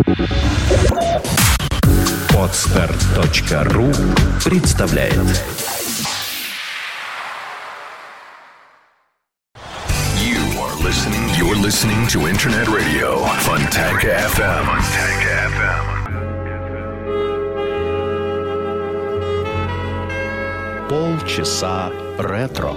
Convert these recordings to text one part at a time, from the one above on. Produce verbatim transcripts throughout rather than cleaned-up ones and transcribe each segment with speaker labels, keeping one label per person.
Speaker 1: Podster.ру представляет.
Speaker 2: You are listening. You're listening to Internet Radio Fontanka эф эм. Fontanka эф эм.
Speaker 1: Полчаса ретро.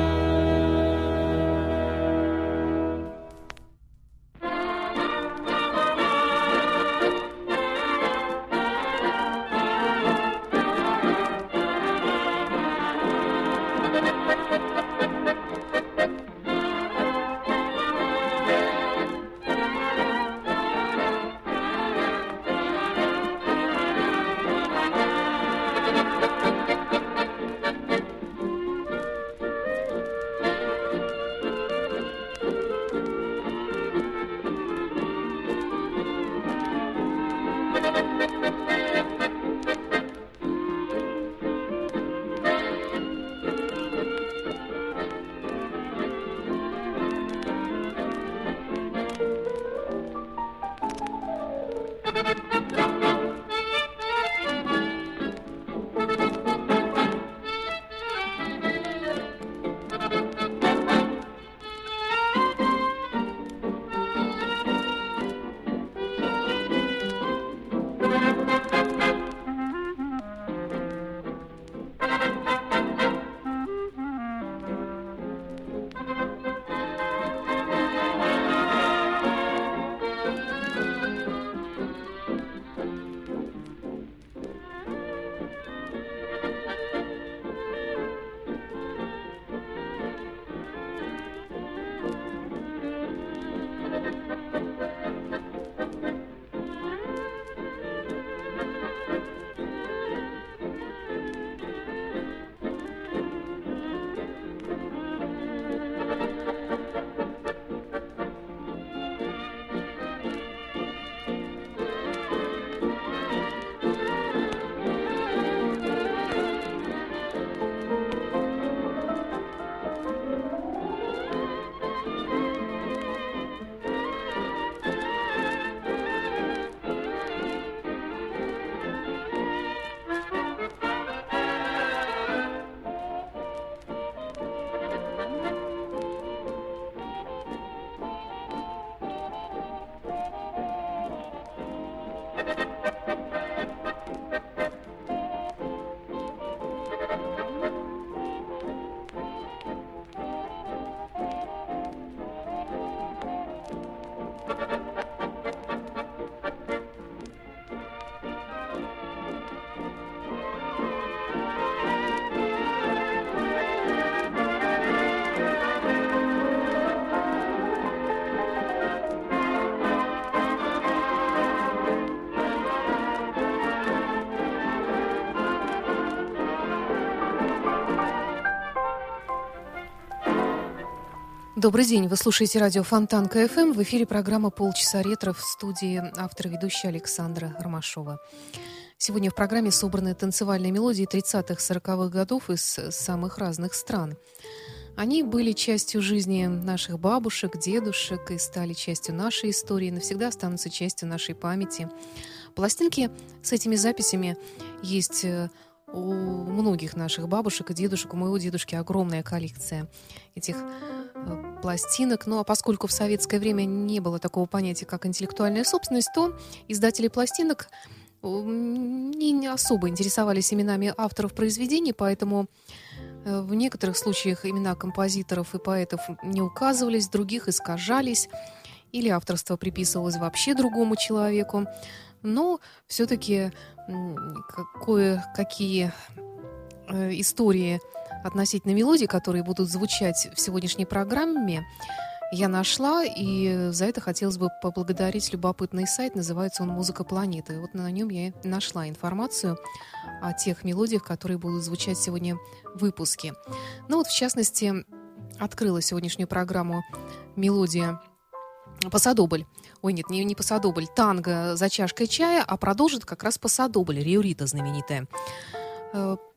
Speaker 3: Добрый день, вы слушаете радио Фонтанка эф эм. В эфире программа «Полчаса ретро», в студии автор и ведущая Александра Ромашова. Сегодня в программе собраны танцевальные мелодии тридцатых-сороковых годов из самых разных стран. Они были частью жизни наших бабушек, дедушек и стали частью нашей истории, навсегда останутся частью нашей памяти. Пластинки с этими записями есть у многих наших бабушек и дедушек. У моего дедушки огромная коллекция этих пластинок. Ну а поскольку в советское время не было такого понятия, как интеллектуальная собственность, то издатели пластинок не особо интересовались именами авторов произведений, поэтому в некоторых случаях имена композиторов и поэтов не указывались, в других искажались, или авторство приписывалось вообще другому человеку. Но все-таки кое-какие истории относительно мелодий, которые будут звучать в сегодняшней программе, я нашла, и за это хотелось бы поблагодарить любопытный сайт, называется он «Музыка планеты». И вот на нем я нашла информацию о тех мелодиях, которые будут звучать сегодня в выпуске. Ну вот, в частности, открыла сегодняшнюю программу мелодия «Пасадобль». Ой, нет, не, не «Пасадобль», «Танго за чашкой чая», а продолжит как раз «Пасадобль», Рио Рита знаменитая.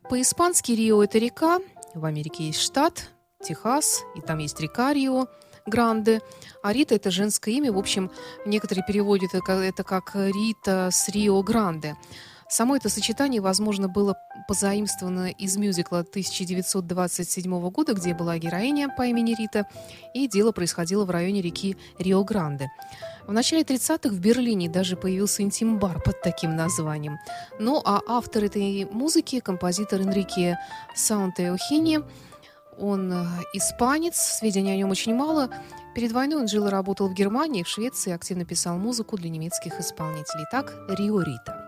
Speaker 3: По-испански Рио — это река, в Америке есть штат Техас, и там есть река Рио Гранде, а Рита – это женское имя. В общем, некоторые переводят это как Рита с Рио Гранде. Само это сочетание, возможно, было позаимствовано из мюзикла тысяча девятьсот двадцать седьмого года, где была героиня по имени Рита, и дело происходило в районе реки Рио-Гранде. В начале тридцатых в Берлине даже появился интим-бар под таким названием. Ну а автор этой музыки – композитор Энрике Саунтеохини. Он испанец, сведений о нем очень мало. Перед войной он жил и работал в Германии, в Швеции, активно писал музыку для немецких исполнителей. Так, Рио Рита.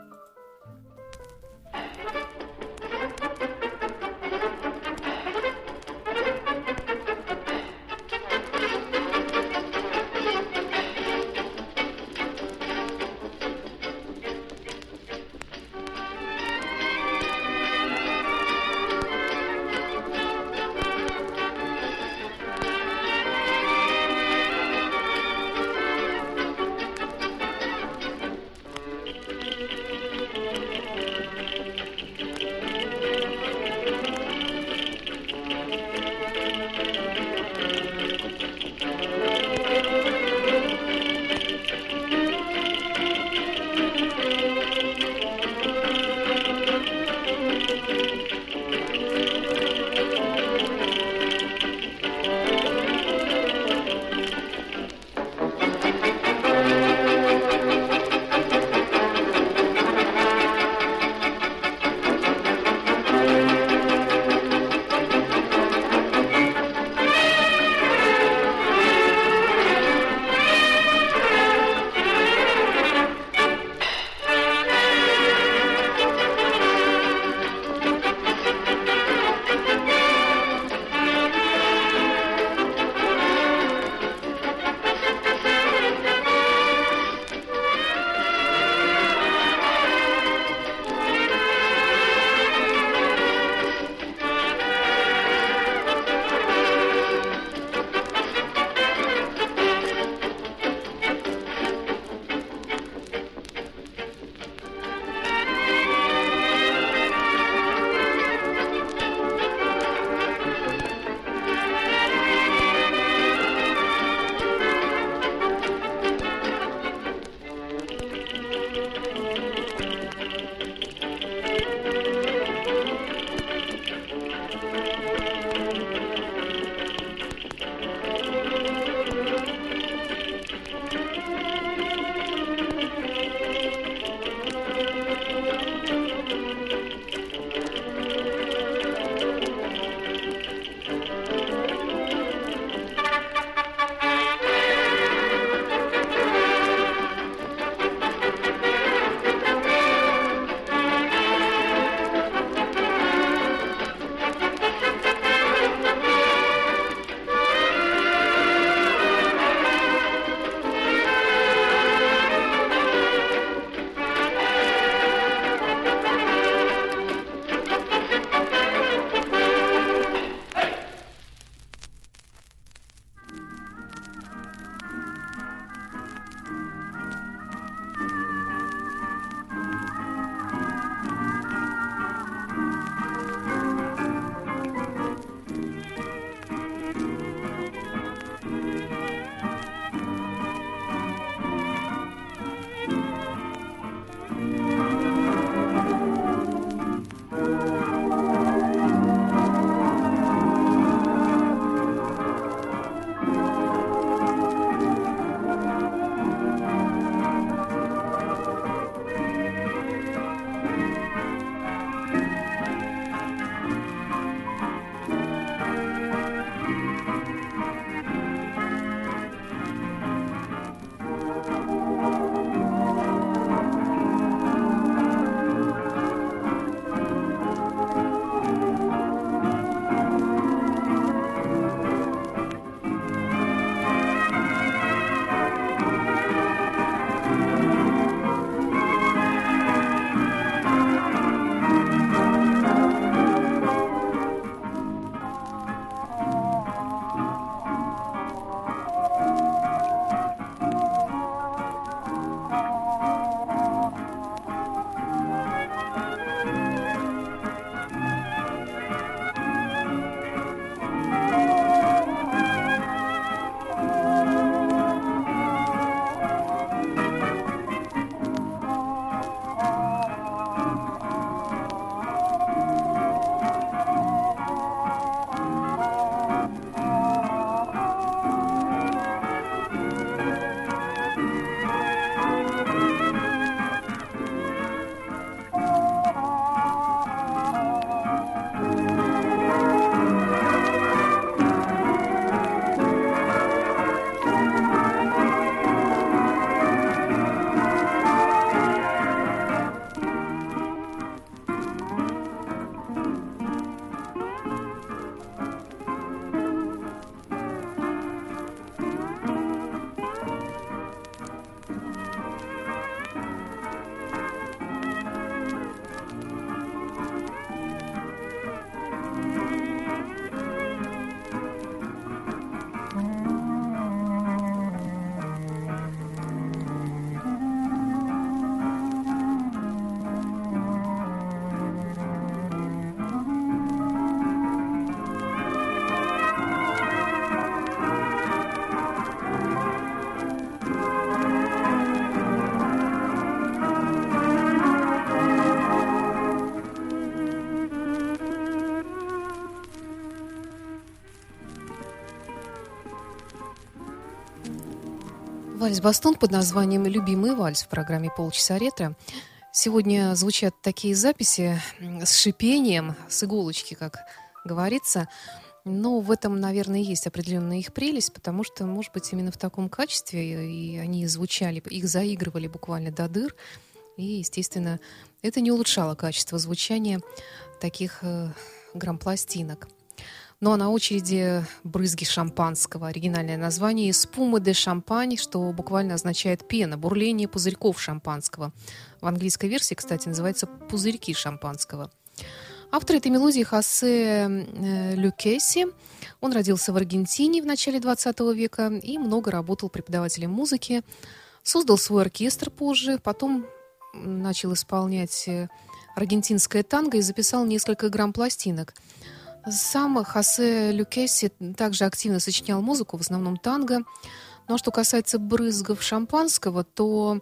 Speaker 3: Вальс-бастон под названием «Любимый вальс» в программе «Полчаса ретро». Сегодня звучат такие записи с шипением, с иголочки, как говорится. Но в этом, наверное, есть определенная их прелесть, потому что, может быть, именно в таком качестве и они звучали, их заигрывали буквально до дыр. И, естественно, это не улучшало качество звучания таких э, грампластинок. Ну а на очереди брызги шампанского. Оригинальное название «Espuma de champagne», что буквально означает «пена», бурление пузырьков шампанского. В английской версии, кстати, называется «пузырьки шампанского». Автор этой мелодии Хосе Люкеси. Он родился в Аргентине в начале двадцатого века и много работал преподавателем музыки. Создал свой оркестр позже, потом начал исполнять аргентинское танго и записал несколько грампластинок. Сам Хосе Люкеси также активно сочинял музыку, в основном танго. Но что касается брызгов шампанского, то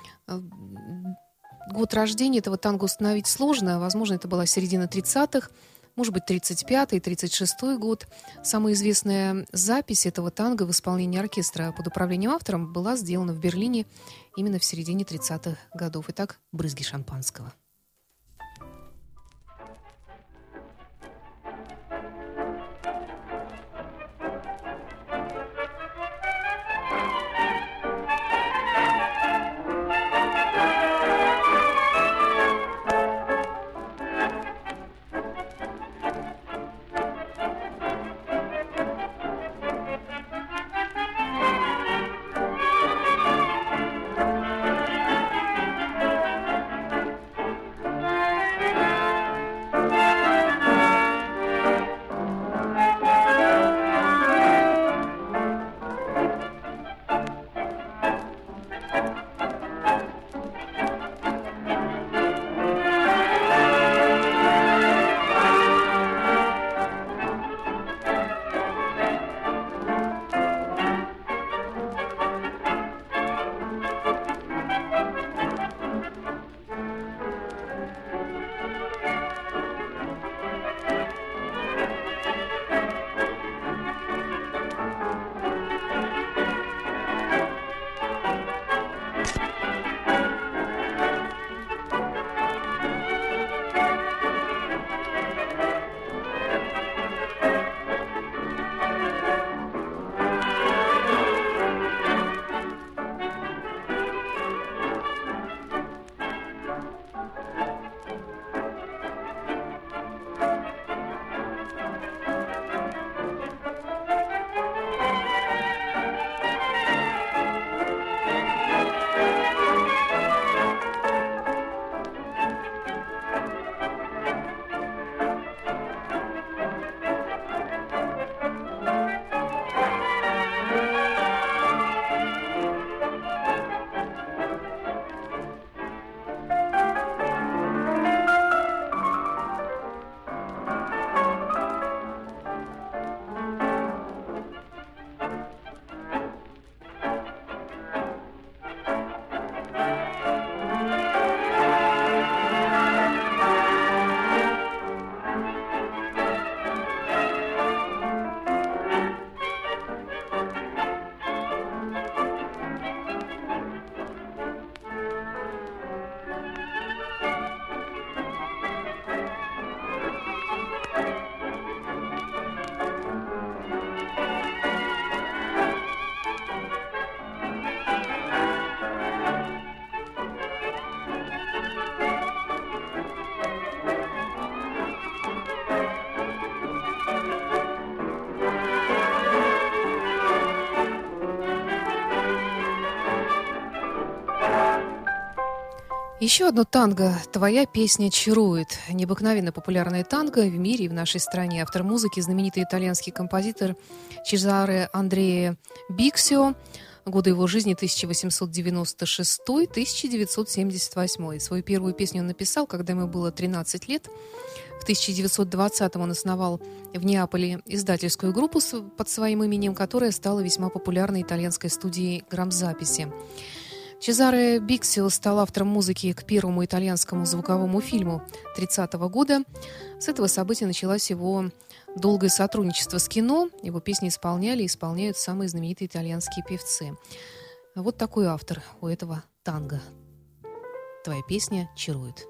Speaker 3: год рождения этого танго установить сложно. Возможно, это была середина тридцатых, может быть, тридцать пятый, тридцать шестой год. Самая известная запись этого танго в исполнении оркестра под управлением автора была сделана в Берлине именно в середине тридцатых годов. Итак, брызги шампанского. Еще одно танго «Твоя песня чарует». Необыкновенно популярное танго в мире и в нашей стране. Автор музыки – знаменитый итальянский композитор Чезаре Андреа Биксио. Годы его жизни тысяча восемьсот девяносто шестой — тысяча девятьсот семьдесят восьмой. Свою первую песню он написал, когда ему было тринадцать лет. В тысяча девятьсот двадцатом он основал в Неаполе издательскую группу под своим именем, которая стала весьма популярной итальянской студией грамзаписи. Чезаре Биксио стал автором музыки к первому итальянскому звуковому фильму тридцатого года. С этого события началось его долгое сотрудничество с кино. Его песни исполняли и исполняют самые знаменитые итальянские певцы. Вот такой автор у этого танго. Твоя песня чарует.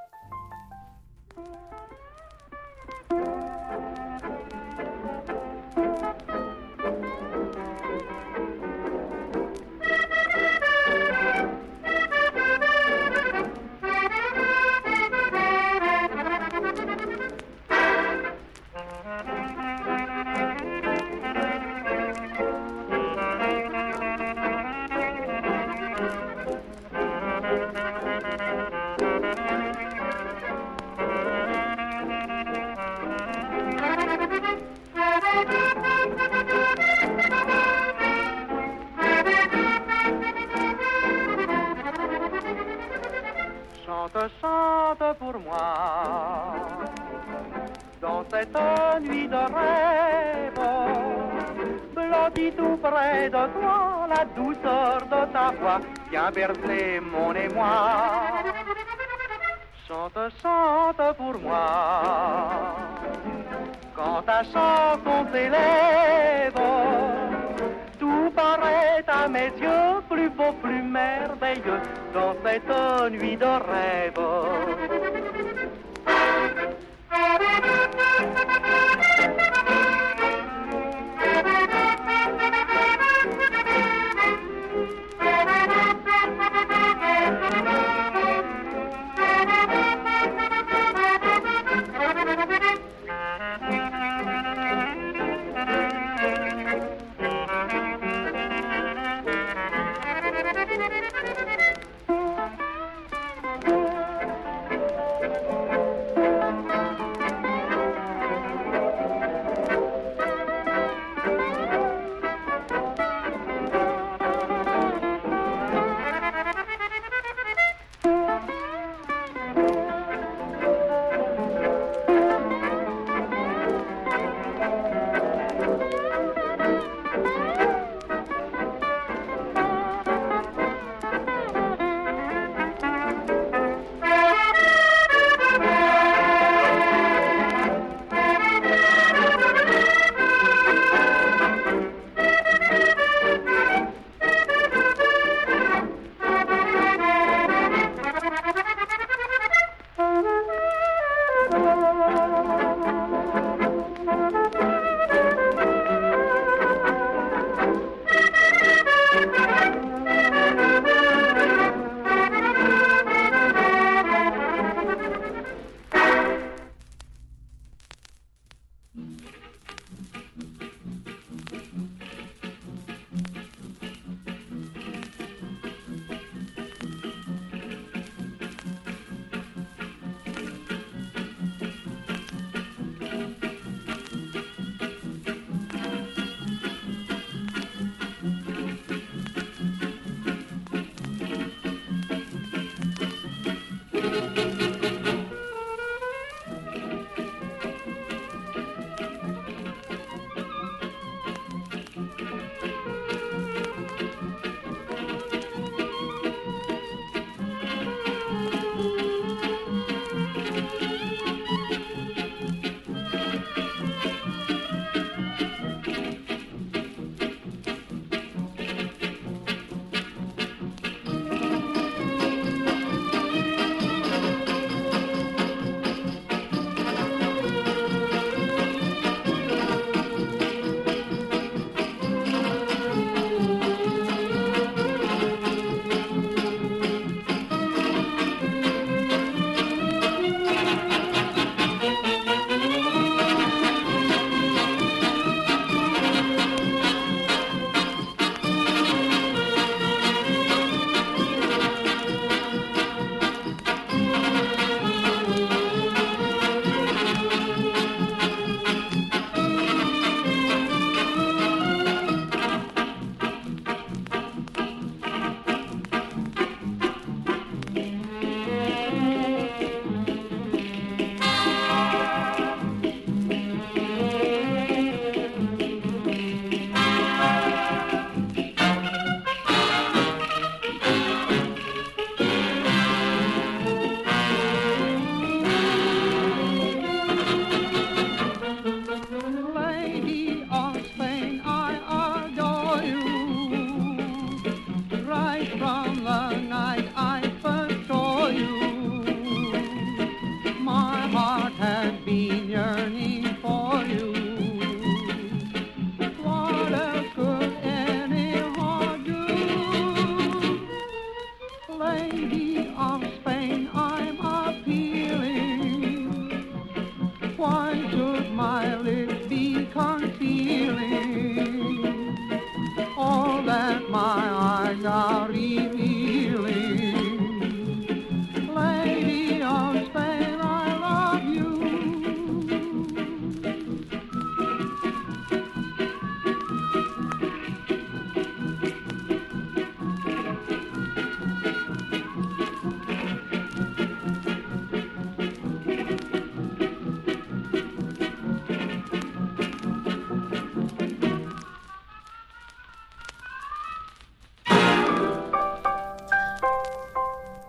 Speaker 4: Chante, chante pour moi, dans cette nuit de rêve, blottis tout près de toi, la douceur de ta voix vient bercer mon émoi. Chante, chante pour moi, quand ta chanson s'élève, tout paraît à mes yeux plus beau, plus merveilleux dans cette nuit de rêve.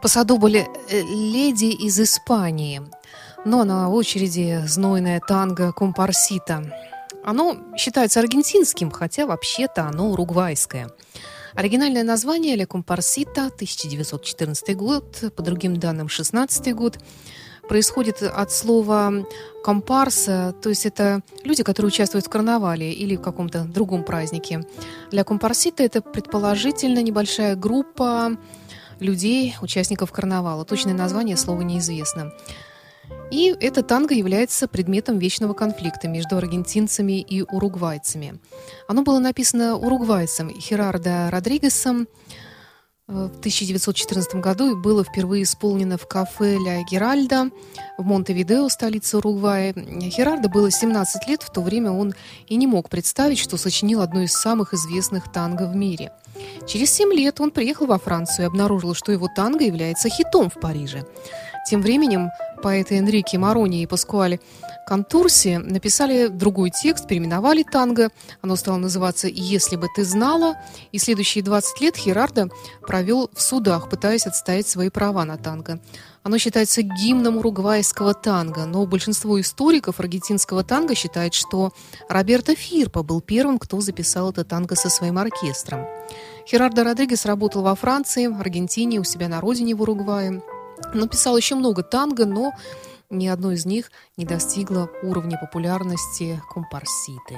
Speaker 3: Посадобль «Леди из Испании». Но на очереди знойное танго «Компарсита». Оно считается аргентинским, хотя вообще-то оно уругвайское. Оригинальное название «Ля Компарсита», тысяча девятьсот четырнадцатый год, по другим данным шестнадцатый год, происходит от слова «компарса», то есть это люди, которые участвуют в карнавале или в каком-то другом празднике. «Ля Компарсита» — это предположительно небольшая группа людей, участников карнавала. Точное название слова неизвестно. И это танго является предметом вечного конфликта между аргентинцами и уругвайцами. Оно было написано уругвайцем Херардо Родригесом в тысяча девятьсот четырнадцатом году и было впервые исполнено в кафе «Ля Геральда» в Монтевидео, столице Уругвая. Херардо было семнадцать лет, в то время он и не мог представить, что сочинил одно из самых известных танго в мире. Через семь лет он приехал во Францию и обнаружил, что его танго является хитом в Париже. Тем временем поэты Энрике Морони и Паскуале Кантурси написали другой текст, переименовали танго. Оно стало называться «Если бы ты знала». И следующие двадцать лет Херардо провел в судах, пытаясь отстоять свои права на танго. Оно считается гимном уругвайского танго, но большинство историков аргентинского танго считает, что Роберто Фирпо был первым, кто записал это танго со своим оркестром. Херардо Родригес работал во Франции, Аргентине, у себя на родине в Уругвае. Он писал еще много танго, но ни одно из них не достигло уровня популярности компарситы.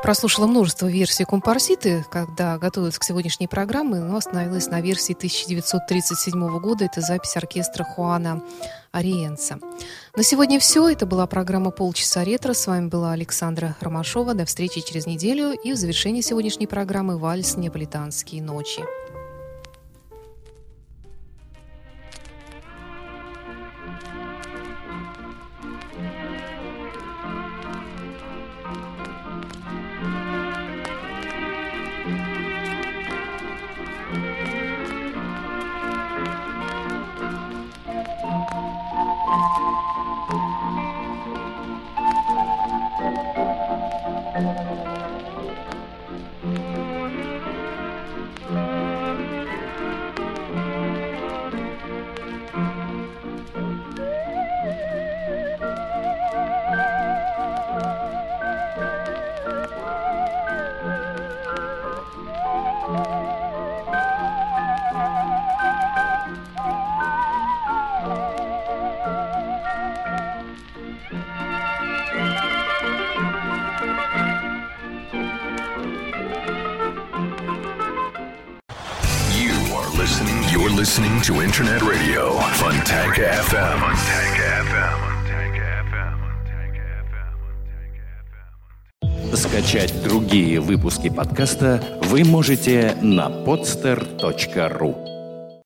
Speaker 3: прослушала множество версий компарситы, когда готовилась к сегодняшней программе, но остановилась на версии тысяча девятьсот тридцать седьмого года. Это запись оркестра Хуана Ариенса. На сегодня все. Это была программа «Полчаса ретро». С вами была Александра Ромашова. До встречи через неделю. И в завершении сегодняшней программы вальс «Неаполитанские ночи».
Speaker 2: You're listening to Internet Radio, Fontanka эф эм. Fontanka эф эм.
Speaker 1: Скачать другие выпуски подкаста вы можете на podster точка ру.